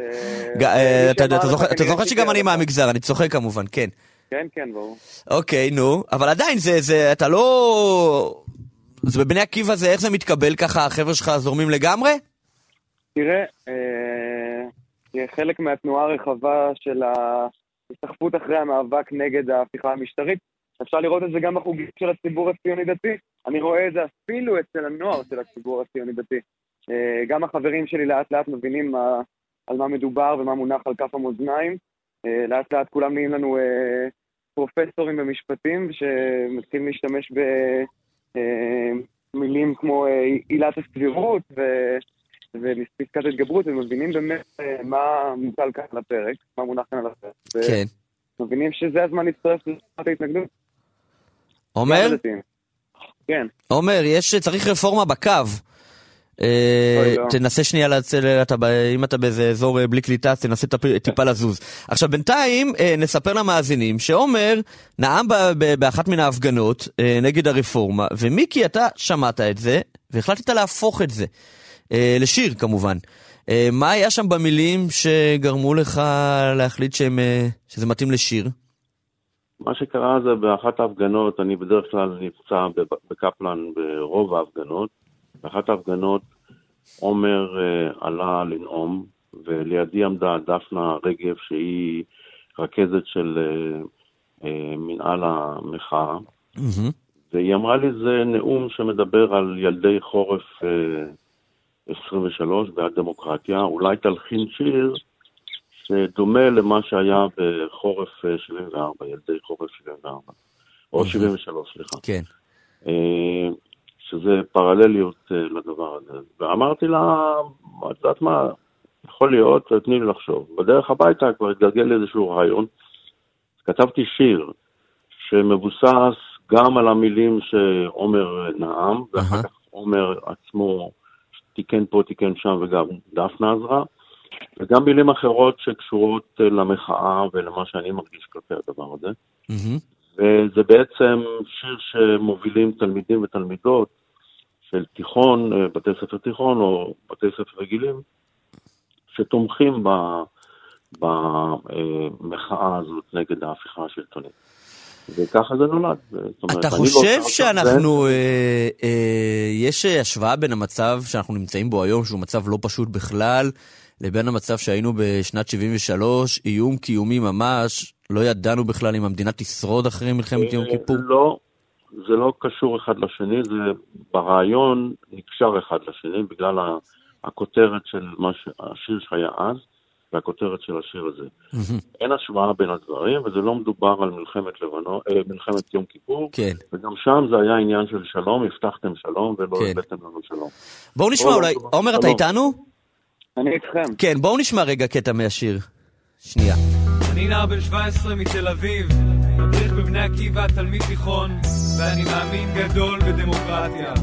אתה זוכר שגם אני מהמגזר, אני צוחק כמובן, כן. כן, כן, ברור. אוקיי, נו, אבל עדיין זה, אתה לא... אז בבני עקיבא זה, איך זה מתקבל ככה, החבר'ה שלך זורמים לגמרי? תראה, חלק מהתנועה הרחבה של ההסתחפות אחרי המאבק נגד ההפיכה המשטרית, אפשר לראות את זה גם בחוגים של הציבור הציוני דתי. אני רואה את זה אפילו אצל הנוער של הציבור הציוני דתי. גם החברים שלי לאט לאט מבינים מה, על מה מדובר ומה מונח על כף המאזניים. לאט לאט כולם נהיים לנו פרופסורים במשפטים שמתחילים להשתמש במילים כמו עילת הסבירות ופסקת התגברות, ומבינים באמת מה מוטל כאן על הפרק, מה מונח כאן על הפרק. כן. מבינים שזה הזמן להצטרף לתנועת ההתנגדות. עומר? כן. עומר, יש, צריך רפורמה בקו. תנסה שנייה, אם אתה באיזה אזור בלי קליטה, תנסה טיפה לזוז. עכשיו בינתיים נספר למאזינים שעומר נאם באחת מן ההפגנות נגד הרפורמה, ומיקי, אתה שמעת את זה והחלטת להפוך את זה לשיר כמובן. מה היה שם במילים שגרמו לך להחליט שזה מתאים לשיר? מה שקרה זה באחת ההפגנות, אני בדרך כלל נפצע בקפלן ברוב ההפגנות, באחת ההפגנות עומר uh, עלה לנאום, ולידי עמדה דפנה רגב שהיא רכזת של uh, uh, מנהל המחאה, mm-hmm. והיא אמרה לי זה נאום שמדבר על ילדי חורף uh, עשרים ושלוש בעד דמוקרטיה, אולי תלחין שיר שדומה למה שהיה בחורף שבעים וארבע, ילדי חורף שבעים וארבע, או שבעים ושלוש, סליחה. כן. שזה פרלליות לדבר הזה. ואמרתי לה, את יודעת מה, יכול להיות, תני לי לחשוב. בדרך הביתה כבר התגלגל לאיזשהו רעיון. כתבתי שיר שמבוסס גם על המילים שעומר נאם, ואחר כך עומר עצמו תיקן פה, תיקן שם, וגם דפנה עזרה. וגם מילים אחרות שקשורות למחאה ולמה שאני מרגיש כלפי הדבר הזה. Mm-hmm. וזה בעצם שיר שמובילים תלמידים ותלמידות של תיכון, בתי ספר תיכון או בתי ספר רגילים, שתומכים במחאה הזאת נגד ההפיכה השלטונית. וככה זה נולד. אתה חושב שאנחנו, יש השוואה בין המצב שאנחנו נמצאים בו היום, שהוא מצב לא פשוט בכלל, לבין המצב שהיינו בשנת שבעים ושלוש, איום קיומי ממש, לא ידענו בכלל אם המדינה תשרוד אחרי מלחמת יום כיפור? לא, זה לא קשור אחד לשני, זה ברעיון נקשר אחד לשני, בגלל הכותרת של השיר שהיה אז, והכותרת של השיר הזה. אין השוואה בין הדברים, וזה לא מדובר על מלחמת לבנון, מלחמת יום כיפור, וגם שם זה היה עניין של שלום, הבטחתם שלום, ולא הבאתם לנו שלום. בואו נשמע אולי, עומר אתה איתנו? אני איתכם. כן, בואו נשמע רגע קטע מהשיר. שנייה. אני נער בן שבע עשרה מתל אביב, מדריך בבני עקיבא, תלמיד תיכון, ואני מאמין גדול בדמוקרטיה.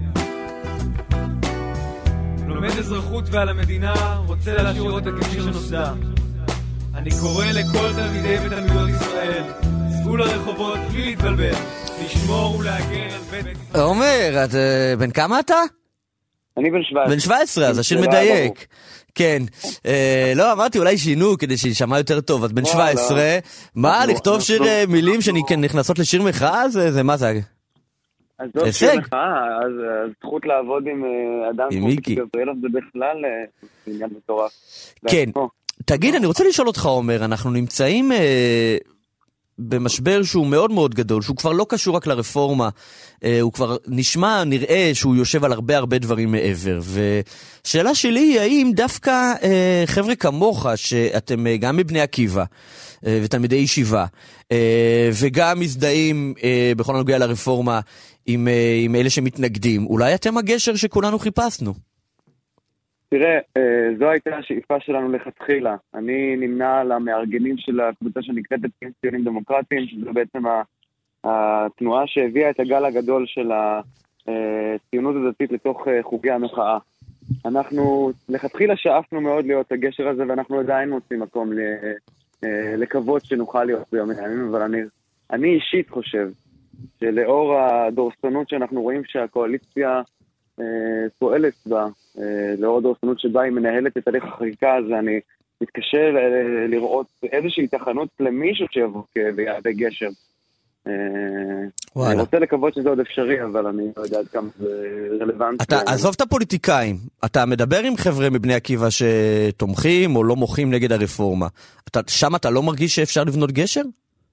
לומד אזרחות ועל המדינה, רוצה להשאיר אותה כשיר שנוסדה. אני קורא לכל תלמידי ותלמידות ישראל, צאו צאו לרחובות בלי להתבלבל, לשמור ולהגן על בית... עומר, את, uh, בן כמה אתה? אני בן שבע עשרה. בן שבע עשרה, אז השיר מדייק. כן. אה, לא, אמרתי אולי שינו כדי שישמע יותר טוב, אז בן שבע עשרה. מה, לכתוב שיר מילים שנכנסות לשיר מחאה? זה מה זה? אז זאת שיר מחאה, אז זכות לעבוד עם אדם כמו מיקי גבריאלוב זה בכלל עניין מטורף. כן. תגיד, אני רוצה לשאול אותך, עומר, אנחנו נמצאים במשבר שהוא מאוד מאוד גדול, שהוא כבר לא קשור רק לרפורמה, הוא כבר נשמע, נראה שהוא יושב על הרבה הרבה דברים מעבר, ושאלה שלי היא, האם דווקא חבר'ה כמוך, שאתם גם מבני עקיבא, ותלמידי ישיבה, וגם מזדהים בכל הנוגע לרפורמה עם, עם אלה שמתנגדים, אולי אתם הגשר שכולנו חיפשנו? תראה, זו הייתה השאיפה שלנו לכתחילה. אני נמנה על המארגנים של הקבוצה שנקראת ציונים דמוקרטיים, שזו בעצם התנועה שהביאה את הגל הגדול של הציונות הדתית לתוך חוגי המחאה. אנחנו לכתחילה שאפנו מאוד להיות הגשר הזה, ואנחנו עדיין מוצאים מקום לקוות שנוכל להיות ביום הימים, אבל אני, אני אישית חושב שלאור הדורסנות שאנחנו רואים שהקואליציה פועלת בה, לאור הדורסנות שבה היא מנהלת את הליך החקיקה הזה, אני מתקשה לראות איזושהי תחנות למישהו שיבוא ביעדי גשר. אני רוצה לקוות שזה עוד אפשרי, אבל אני לא יודע עד כמה זה רלוונטי. אתה עזוב את הפוליטיקאים, אתה מדבר עם חבר'ה מבני עקיבא שתומכים או לא מוחים נגד הרפורמה. שם אתה לא מרגיש שאפשר לבנות גשר?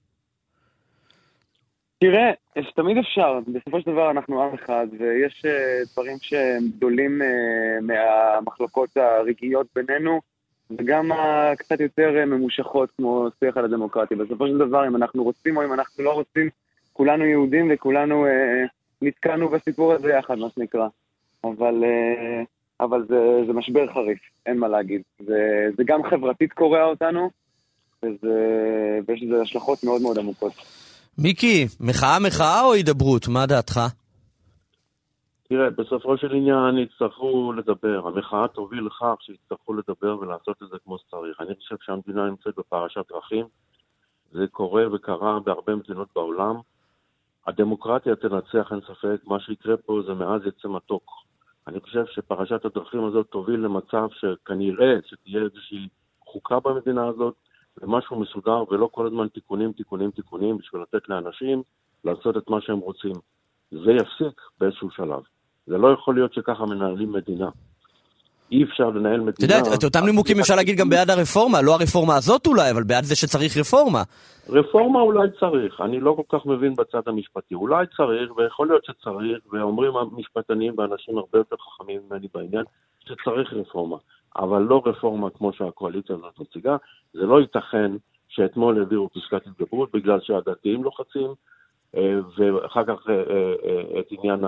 תראה, תמיד אפשר, בסופו של דבר אנחנו עם אחד, ויש דברים שהם גדולים מהמחלוקות הרגעיות בינינו, וגם קצת יותר ממושכות כמו שיח על הדמוקרטיה. בסופו של דבר, אם אנחנו רוצים או אם אנחנו לא רוצים, כולנו יהודים וכולנו נתקענו בסיפור הזה יחד, מה שנקרא. אבל, אבל זה, זה משבר חריף, אין מה להגיד. זה, זה גם חברתית קורא אותנו, וזה, ויש לזה השלכות מאוד מאוד עמוקות. מיקי, מחאה מחאה או הידברות? מה דעתך? תראה, בסופו של עניין יצטרכו לדבר. המחאה תוביל לכך שיצטרכו לדבר ולעשות את זה כמו שצריך. אני חושב שהמדינה נמצאת בפרשת דרכים. זה קורה וקרה בהרבה מדינות בעולם. הדמוקרטיה תנצח, אין ספק. מה שיקרה פה זה מאז יצא מתוק. אני חושב שפרשת הדרכים הזאת תוביל למצב שכנראה שתהיה איזושהי חוקה במדינה הזאת, ומשהו מסודר, ולא כל הזמן תיקונים, תיקונים, תיקונים, בשביל לתת לאנשים לעשות את מה שהם רוצים. זה יפסיק באיזשהו שלב. זה לא יכול להיות שככה מנהלים מדינה. אי אפשר לנהל מדינה... אתה יודע, את אותם נימוקים אפשר להגיד גם בעד הרפורמה, לא הרפורמה הזאת אולי, אבל בעד זה שצריך רפורמה. רפורמה אולי צריך, אני לא כל כך מבין בצד המשפטי. אולי צריך, ויכול להיות שצריך, ואומרים המשפטנים ואנשים הרבה יותר חכמים ממני בעניין, שצריך רפורמה. אבל לא רפורמה כמו שהקואליציה הזאת מציגה. זה לא ייתכן שאתמול העבירו פסקת התגברות בגלל שהדתיים לוחצים, ואחר כך את עניין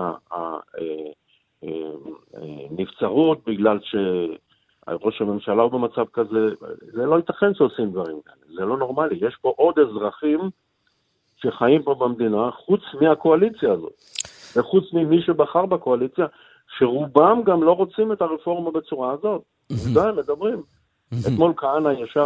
הנבצרות בגלל שראש הממשלה הוא במצב כזה. זה לא ייתכן שעושים דברים כאלה. זה לא נורמלי. יש פה עוד אזרחים שחיים פה במדינה חוץ מהקואליציה הזאת. וחוץ ממי שבחר בקואליציה, שרובם גם לא רוצים את הרפורמה בצורה הזאת. די, מדברים. אתמול כהנא ישב,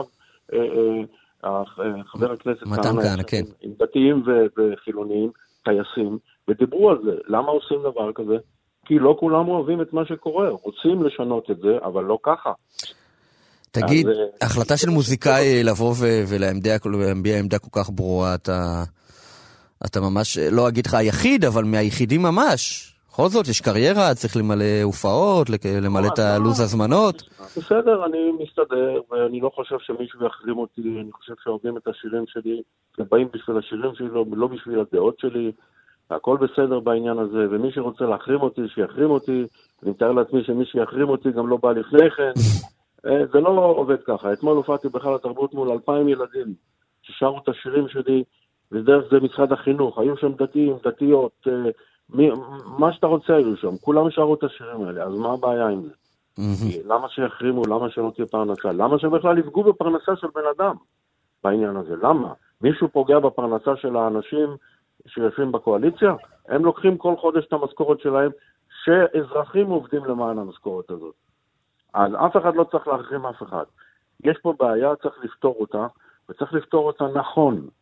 חבר הכנסת כהנא, עם דתיים וחילוניים, טייסים, ודיברו על זה. למה עושים דבר כזה? כי לא כולם אוהבים את מה שקורה. רוצים לשנות את זה, אבל לא ככה. תגיד, החלטה של מוזיקאי לבוא ולהביע עמדה כל כך ברורה, אתה ממש, לא אגיד לך היחיד, אבל מהיחידים ממש. בכל זאת, יש קריירה, צריך למלא הופעות, למלא את הלוז הזמנות. בסדר, אני מסתדר, ואני לא חושב שמישהו יחרים אותי, אני חושב שאוהבים את השירים שלי, ובאים בשביל השירים שלי, לא בשביל הדעות שלי, הכל בסדר בעניין הזה, ומי שרוצה להחרים אותי, שיחרים אותי, אני מתאר לעצמי שמי שיחרים אותי גם לא בא לפני כן, זה לא עובד ככה. אתמול הופעתי בכלל התרבות מול אלפיים ילדים, ששרו את השירים שלי, ודרך זה משרד החינוך, היו שם דתיים, דתיות, מי, מה שאתה רוצה היו שם, כולם שרו את השירים האלה, אז מה הבעיה עם זה? Mm-hmm. למה שיחרימו, למה שלא תהיה פרנסה? למה שבכלל יפגעו בפרנסה של בן אדם בעניין הזה? למה? מישהו פוגע בפרנסה של האנשים שיושבים בקואליציה? הם לוקחים כל חודש את המשכורת שלהם, שאזרחים עובדים למען המשכורת הזאת. אז אף אחד לא צריך להחרים אף אחד. יש פה בעיה, צריך לפתור אותה, וצריך לפתור אותה נכון.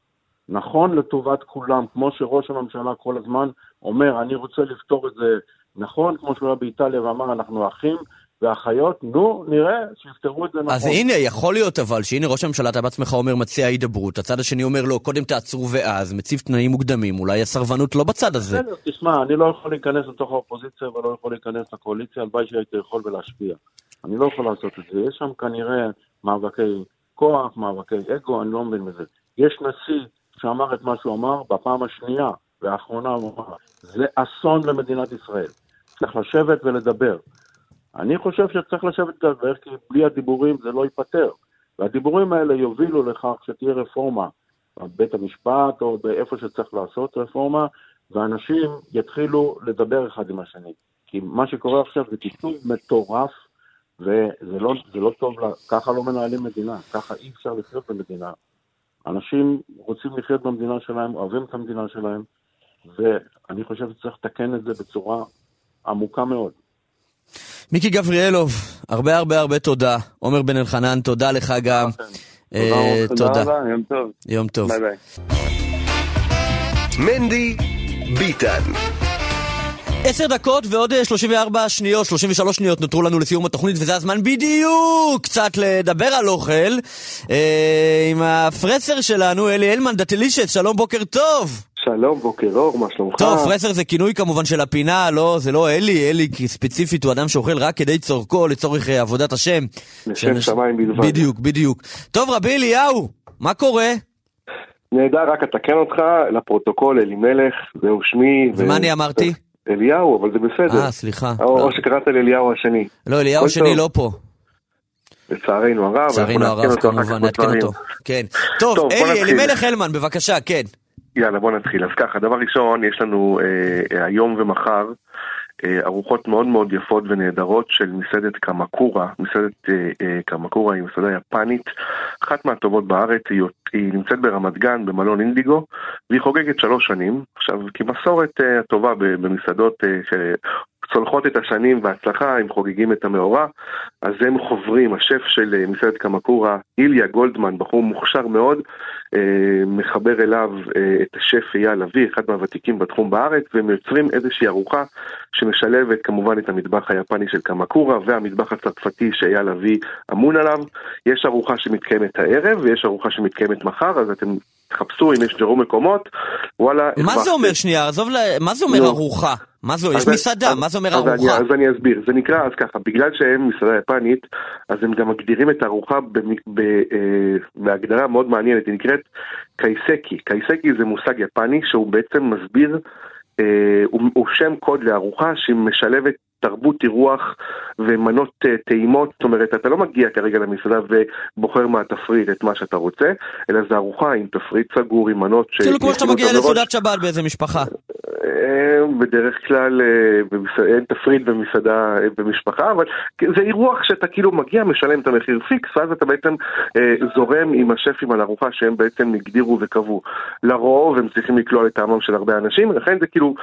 נכון לטובת כולם, כמו שראש הממשלה כל הזמן אומר, אני רוצה לפתור את זה נכון, כמו שהוא היה באיטליה ואמר, אנחנו אחים ואחיות, נו, נראה שיפתרו את זה נכון. אז הנה, יכול להיות אבל, שהנה ראש הממשלה, אתה בעצמך אומר, מציע הידברות, הצד השני אומר לו, קודם תעצרו ואז, מציב תנאים מוקדמים, אולי הסרבנות לא בצד הזה. תשמע, אני לא יכול להיכנס לתוך האופוזיציה, ולא יכול להיכנס לקואליציה, הלוואי שהייתי יכול ולהשפיע. אני לא יכול לעשות את זה, יש שם כנראה מאבקי כוח, מאבקי אגו, אני לא מבין בזה. יש נשיא שאמר את מה שהוא אמר, בפעם השנייה והאחרונה הוא אמר, זה אסון למדינת ישראל. צריך לשבת ולדבר. אני חושב שצריך לשבת לדבר, כי בלי הדיבורים זה לא ייפטר. והדיבורים האלה יובילו לכך שתהיה רפורמה בבית המשפט, או באיפה שצריך לעשות רפורמה, ואנשים יתחילו לדבר אחד עם השני. כי מה שקורה עכשיו זה קיטוב מטורף, וזה לא, זה לא טוב, לה, ככה לא מנהלים מדינה, ככה אי אפשר לחיות במדינה. אנשים רוצים לחיות במדינה שלהם, אוהבים את המדינה שלהם, ואני חושב שצריך לתקן את זה בצורה עמוקה מאוד. מיקי גבריאלוב, הרבה הרבה הרבה תודה. עומר בן אלחנן, תודה לך גם. תודה. תודה, יום טוב. יום טוב. ביי ביי. מנדי ביטן. עשר דקות ועוד שלושים וארבע שניות, שלושים ושלוש שניות נותרו לנו לסיום התוכנית, וזה הזמן בדיוק קצת לדבר על אוכל אה, עם הפרסר שלנו, אלי הלמן, דטלישס. שלום, בוקר טוב. שלום, בוקר אור, מה שלומך? טוב, פרסר זה כינוי כמובן של הפינה, לא, זה לא אלי, אלי כי ספציפית הוא אדם שאוכל רק כדי צורכו, לצורך אה, עבודת השם. לשם שמיים בלבד. בדיוק, בדיוק. טוב, רבי אליהו, מה קורה? נהדר, רק אתקן אותך לפרוטוקול, אלי מלך, זהו שמי. ומה אני אמרתי? אליהו, אבל זה בסדר. אה, סליחה. או שקראת לאליהו השני. לא, אליהו השני לא פה. לצערנו הרב. לצערנו הרב, כמובן, נעדכן אותו. כן. טוב, אלי, אלי מלך הלמן, בבקשה, כן. יאללה, בוא נתחיל. אז ככה, דבר ראשון, יש לנו אה, היום ומחר אה, ארוחות מאוד מאוד יפות ונהדרות של מסעדת קמקורה. מסעדת אה, אה, קמקורה היא מסעדה יפנית, אחת מהטובות בארץ, היא, היא נמצאת ברמת גן, במלון אינדיגו, והיא חוגגת שלוש שנים. עכשיו, כמסורת אה, הטובה במסעדות אה, שצולחות את השנים בהצלחה, הם חוגגים את המאורע, אז הם חוברים, השף של אה, מסעדת קמקורה, איליה גולדמן, בחור מוכשר מאוד, מחבר אליו את השף אייל לוי, אחד מהוותיקים בתחום בארץ, והם יוצרים איזושהי ארוחה שמשלבת כמובן את המטבח היפני של קמקורה והמטבח הצרפתי שאייל לוי אמון עליו. יש ארוחה שמתקיימת הערב ויש ארוחה שמתקיימת מחר, אז אתם תחפשו אם יש ג'רו מקומות. וואלה, מה זה אומר שנייה? עזוב, מה זה אומר ארוחה? מה זה? יש מסעדה, מה זה אומר ארוחה? אז אני אסביר, זה נקרא אז ככה, בגלל שהם מסעדה יפנית, אז הם גם מגדירים את הארוחה בהגדרה מאוד מעניינת, היא נקראת קייסקי. קייסקי זה מושג יפני שהוא בעצם מסביר, הוא שם קוד לארוחה שמשלבת תרבות אירוח ומנות טעימות, זאת אומרת, אתה לא מגיע כרגע למסעדה ובוחר מהתפריט את מה שאתה רוצה, אלא זה ארוחה עם תפריט סגור, עם מנות ש... כאילו כמו שאתה מגיע לסעודת שבת באיזה משפחה. בדרך כלל אין תפריט במסעדה במשפחה, אבל זה אירוח שאתה כאילו מגיע, משלם את המחיר פיקס, ואז אתה בעצם זורם עם השפים על ארוחה שהם בעצם נגדירו וקבעו. לרוב הם צריכים לקלוע לטעמם של הרבה אנשים, לכן זה כאילו,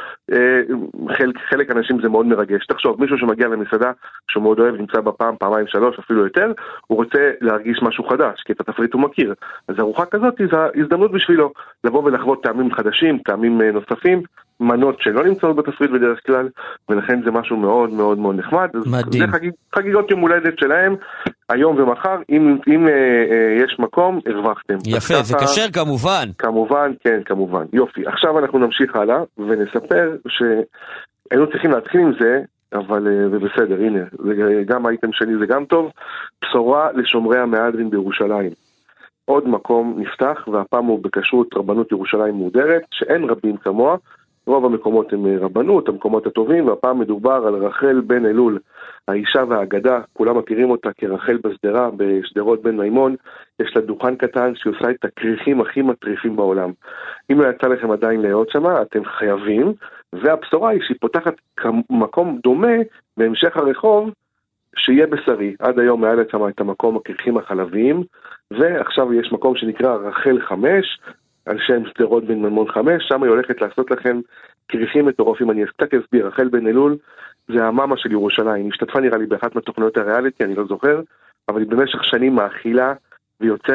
חלק אנשים זה מאוד מרגש. תחשוב, מישהו שמגיע למסעדה שהוא מאוד אוהב, נמצא בפעם, פעמיים, שלוש, אפילו יותר, הוא רוצה להרגיש משהו חדש, כי את התפריט הוא מכיר. אז ארוחה כזאת היא הזדמנות בשבילו לבוא ולחוות טעמים חדשים, טעמים נוספים, מנות שלא נמצאות בתפריט בדרך כלל, ולכן זה משהו מאוד מאוד מאוד נחמד. מדהים. זה חגיג, חגיגות יום הולדת שלהם, היום ומחר, אם, אם אה, אה, יש מקום, הרווחתם. יפה, זה ככה, כשר כמובן. כמובן, כן, כמובן. יופי. עכשיו אנחנו נמשיך הלאה, ונספר שהיינו צריכים להתחיל עם זה, אבל זה בסדר, הנה, זה גם האיטם שלי, זה גם טוב. בשורה לשומרי המהדרין בירושלים. עוד מקום נפתח, והפעם הוא בכשרות רבנות ירושלים מודרת, שאין רבים כמוה, רוב המקומות הם רבנות, המקומות הטובים, והפעם מדובר על רחל בן אלול, האישה והאגדה, כולם מכירים אותה כרחל בסדרה, בשדרות בן מימון, יש לה דוכן קטן שהיא עושה את הכריכים הכי מטריפים בעולם. אם לא יצא לכם עדיין להיות שמה, אתם חייבים, והבשורה היא שהיא פותחת מקום דומה בהמשך הרחוב, שיהיה בשרי. עד היום היה לצמה את המקום הכריכים החלביים, ועכשיו יש מקום שנקרא רחל חמש, על שם שדרות בן מימון חמש, שם היא הולכת לעשות לכם כריכים מטורפים. אני קצת אסביר, רחל בן אלול זה המאמה של ירושלים, היא השתתפה נראה לי באחת מהתוכניות הריאליטי, אני לא זוכר, אבל היא במשך שנים מאכילה ויוצרת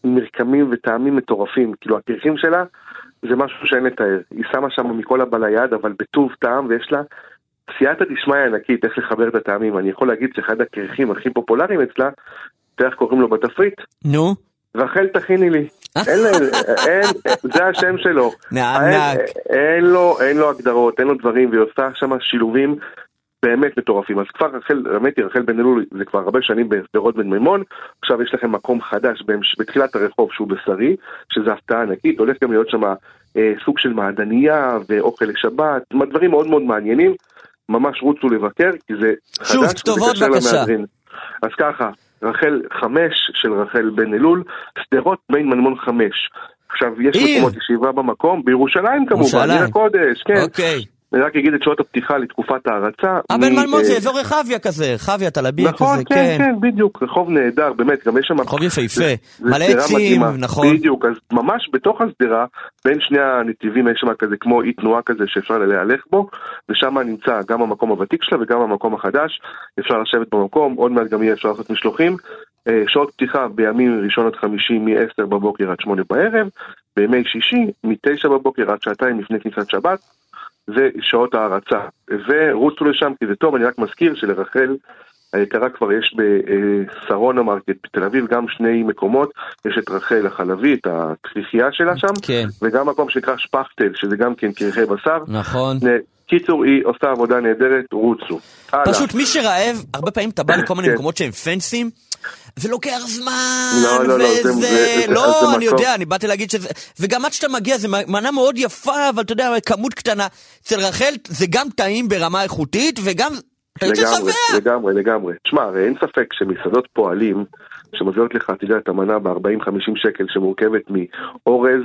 מרקמים וטעמים מטורפים, כאילו הקרחים שלה זה משהו שאין לתאר, היא שמה שם מכל הבא ליד, אבל בטוב טעם, ויש לה סייעתא דשמיא ענקית איך לחבר את הטעמים. אני יכול להגיד שאחד הקרחים הכי פופולריים אצלה, איך קוראים לו בתפריט? נו? רחל תכיני לי. אין, אין, זה השם שלו. נענק. אין לו, אין לו הגדרות, אין לו דברים, והיא עושה שם שילובים באמת מטורפים. אז כבר רחל, רמתי, רחל בן אלול, זה כבר הרבה שנים בשדרות בן מימון, עכשיו יש לכם מקום חדש בתחילת הרחוב שהוא בשרי, שזה הפתעה ענקית, הולך גם להיות שם אה, סוג של מעדניה ואוכל לשבת, דברים מאוד מאוד מעניינים, ממש רוצו לבקר, כי זה שוב, חדש. כתובות בבקשה. אז ככה, רחל חמש של רחל בן אלול, שדרות בן מימון חמש. עכשיו, יש מקומות ישיבה במקום, בירושלים כמובן, עיר הקודש, כן. אוקיי. אני רק אגיד את שעות הפתיחה לתקופת ההרצה. הבן מלמון זה אזור רחביה כזה, רחביה, תלביה כזה, כן. נכון, כן, כן, בדיוק, רחוב נהדר, באמת, גם יש שם... רחוב יפהפה, מלא עצים, נכון. בדיוק, אז ממש בתוך הסדרה, בין שני הנתיבים יש שם כזה, כמו אי תנועה כזה שאפשר להלך בו, ושם נמצא גם המקום הוותיק שלה וגם המקום החדש, אפשר לשבת במקום, עוד מעט גם יהיה אפשר לעשות משלוחים, שעות פתיחה בימים ראשון עד חמישי מ-עשר בבוקר עד שמונה בערב, בימי שישי מ-תשע בבוקר עד שעתיים לפני כניסת שבת, זה שעות ההרצה, ורוצו לשם כי זה טוב. אני רק מזכיר שלרחל היקרה כבר יש בסרונה מרקט בתל אביב גם שני מקומות, יש את רחל החלבית, הכריכייה שלה שם, כן. וגם מקום שנקרא שפכטל, שזה גם כן קרחי בשר. נכון. קיצור, היא עושה עבודה נהדרת, רוצו. פשוט מי שרעב, הרבה פעמים אתה בא לכל מיני מקומות שהם פנסים, זה לוקח זמן, לא, לא, וזה, לא, זה, לא, זה אני יודע, אני באתי להגיד שזה, וגם עד שאתה מגיע, זה מנה מאוד יפה, אבל אתה יודע, כמות קטנה, אצל רחל זה גם טעים ברמה איכותית, וגם, אתה יוצא שבע. לגמרי, לגמרי. תשמע, הרי אין ספק שמסעדות פועלים, שמביאות לך, אתה יודע, את המנה ב-ארבעים חמישים שקל, שמורכבת מאורז,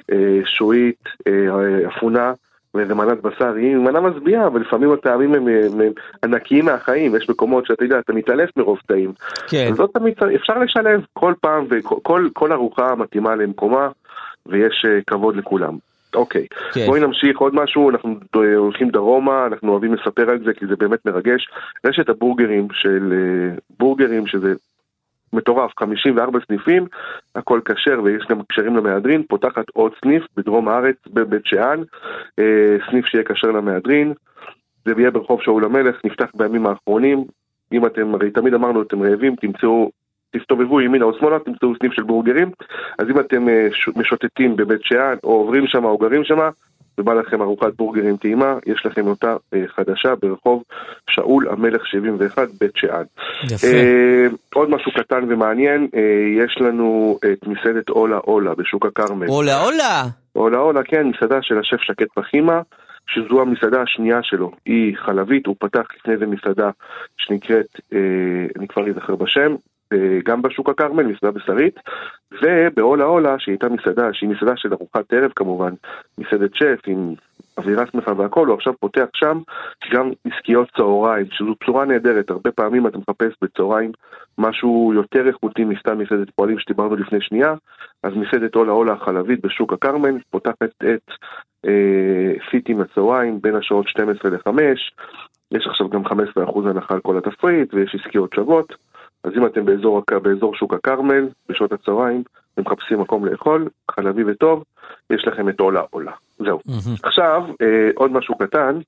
שועית, אפונה, וזה מנת בשר, היא מנה מסביעה, אבל לפעמים הטעמים הם, הם, הם ענקיים מהחיים, יש מקומות שאתה יודע, אתה מתעלף מרוב טעים. כן. זאת תמיד, אפשר לשלב כל פעם, וכל כל ארוחה מתאימה למקומה, ויש uh, כבוד לכולם. אוקיי, כן. בואי נמשיך עוד משהו, אנחנו הולכים דרומה, אנחנו אוהבים לספר על זה, כי זה באמת מרגש. רשת הבורגרים של uh, בורגרים, שזה מטורף, חמישים וארבעה סניפים, הכל כשר ויש גם קשרים למהדרין, פותחת עוד סניף בדרום הארץ, בבית שאן, סניף שיהיה כשר למהדרין, זה יהיה ברחוב שאול המלך, נפתח בימים האחרונים, אם אתם, הרי תמיד אמרנו, אתם רעבים, תמצאו, תסתובבו ימינה או שמאלה, תמצאו סניף של בורגרים, אז אם אתם משוטטים בבית שאן, או עוברים שם או גרים שם, ובא לכם ארוחת בורגרים טעימה, יש לכם אותה אה, חדשה ברחוב שאול המלך שבעים ואחת בית שאן. יפה. אה, עוד משהו קטן ומעניין, אה, יש לנו את מסעדת אולה אולה בשוק הכרמל. אולה אולה? אולה אולה, כן, מסעדה של השף שקט פחימה, שזו המסעדה השנייה שלו, היא חלבית, הוא פתח לפני זה מסעדה שנקראת, אה, אני כבר אזכר בשם, גם בשוק הכרמל, מסעדה בשרית, ובאולה אולה, שהיא הייתה מסעדה, שהיא מסעדה של ארוחת ערב כמובן, מסעדת שף עם אווירה שמחה והכל, הוא עכשיו פותח שם גם עסקיות צהריים, שזו בשורה נהדרת, הרבה פעמים אתה מחפש בצהריים משהו יותר איכותי מסתם מסעדת פועלים שדיברנו לפני שנייה, אז מסעדת אולה אולה החלבית בשוק הכרמל, פותחת את אה, פיטים הצהריים בין השעות שתים עשרה לחמש, יש עכשיו גם חמישה עשר אחוז הנחה על כל התפריט, ויש עסקיות שוות, אז אם אתם באזור, באזור שוק הכרמל, בשעות הצהריים, אתם מחפשים מקום לאכול, חלבי וטוב, יש לכם את אולה אולה. זהו. Mm-hmm. עכשיו, אה, עוד משהו קטן,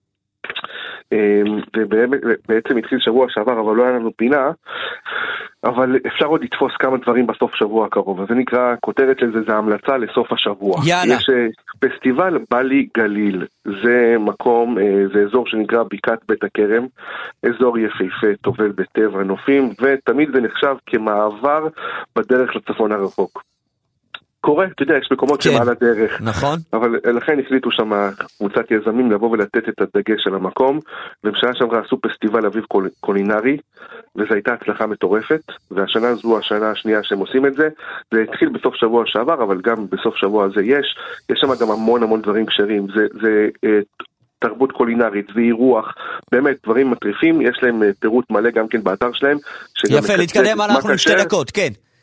אה, ובעצם התחיל שבוע שעבר, אבל לא היה לנו פינה, אבל אפשר עוד לתפוס כמה דברים בסוף שבוע הקרוב. אז זה נקרא, כותרת לזה, זה המלצה לסוף השבוע. יאללה. יש אה, פסטיבל בלי גליל. זה מקום, אה, זה אזור שנקרא בקעת בית הכרם, אזור יפהפה, טובל בטבע, נופים, ותמיד זה נחשב כמעבר בדרך לצפון הרחוק. קורה, אתה יודע, יש מקומות שמעל הדרך. נכון. אבל לכן החליטו שם קבוצת יזמים לבוא ולתת את הדגש על המקום, ובשנה שעברה עשו פסטיבל אביב קולינרי, וזו הייתה הצלחה מטורפת, והשנה זו השנה השנייה שהם עושים את זה, זה התחיל בסוף שבוע שעבר, אבל גם בסוף שבוע הזה יש, יש שם גם המון המון דברים קשרים, זה, זה תרבות קולינרית, זה אירוח, באמת דברים מטריפים, יש להם פירוט מלא גם כן באתר שלהם. יפה, להתקדם, אנחנו שתי דקות, כן.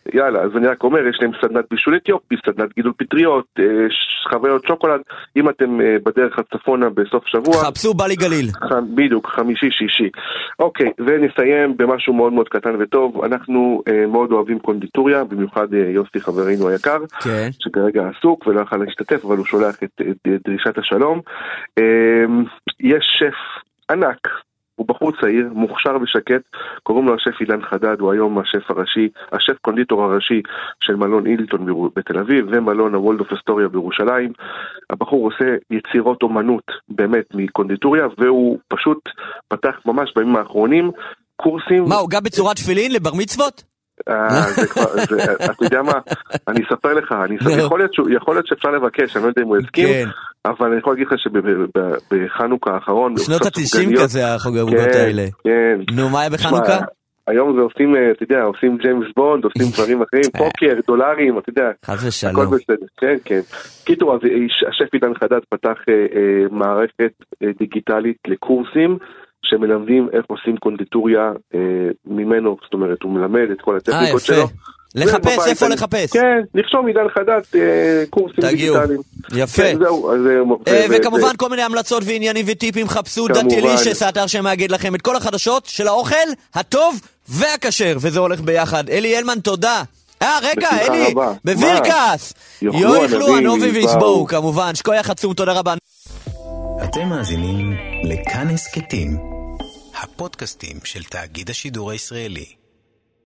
יאללה, אז אני רק אומר, יש להם סדנת בישול אתיופי, סדנת גידול פטריות, חוויות שוקולד, אם אתם בדרך הצפונה בסוף שבוע... חפשו בלי גליל. בדיוק, חמישי, שישי. אוקיי, ונסיים במשהו מאוד מאוד קטן וטוב, אנחנו מאוד אוהבים קונדיטוריה, במיוחד יוסי חברינו היקר, כן. שכרגע עסוק ולא יכול להשתתף, אבל הוא שולח את, את דרישת השלום. יש שף ענק, הוא בחור צעיר, מוכשר ושקט, קוראים לו השף אילן חדד, הוא היום השף הראשי, השף קונדיטור הראשי של מלון אילטון בתל אביב, ומלון הוולדוף אסטוריה בירושלים. הבחור עושה יצירות אומנות באמת מקונדיטוריה, והוא פשוט פתח ממש בימים האחרונים קורסים... מה, הוא גם בצורת תפילין לבר מצוות? אתה יודע מה, אני אספר לך, יכול להיות שאפשר לבקש, אני לא יודע אם הוא הסכים, אבל אני יכול להגיד לך שבחנוכה האחרון, שנות ה-תשעים כזה החוגגות האלה. נו, מה היה בחנוכה? היום זה עושים, אתה יודע, עושים ג'יימס בונד, עושים דברים אחרים, פוקר, דולרים, אתה יודע. חס ושלום. הכל בסדר, כן, כן. קיצור, אז השף אילן חדד פתח מערכת דיגיטלית לקורסים, שמלמדים איך עושים קונדיטוריה אה, ממנו, זאת אומרת, הוא מלמד את כל הטכניקות שלו. לחפש, איפה אני, לחפש? כן, נרשום עידן חדד, אה, קורסים תגיעו. דיגיטליים. יפה. כן, זהו, אז, אה, ו- וכמובן ו- כל מיני המלצות ועניינים וטיפים, חפשו דנטלישס, האתר שמאגד לכם את כל החדשות של האוכל הטוב והכשר, וזה הולך ביחד. אלי אלמן, תודה. אה, רגע, אלי, בבירקס. יו יאכלו, הנובי ויסבואו, כמובן. שכוייך עצום, תודה רבה. אתם מאזינים לכאן הסכתים, הפודקאסטים של תאגיד השידור הישראלי.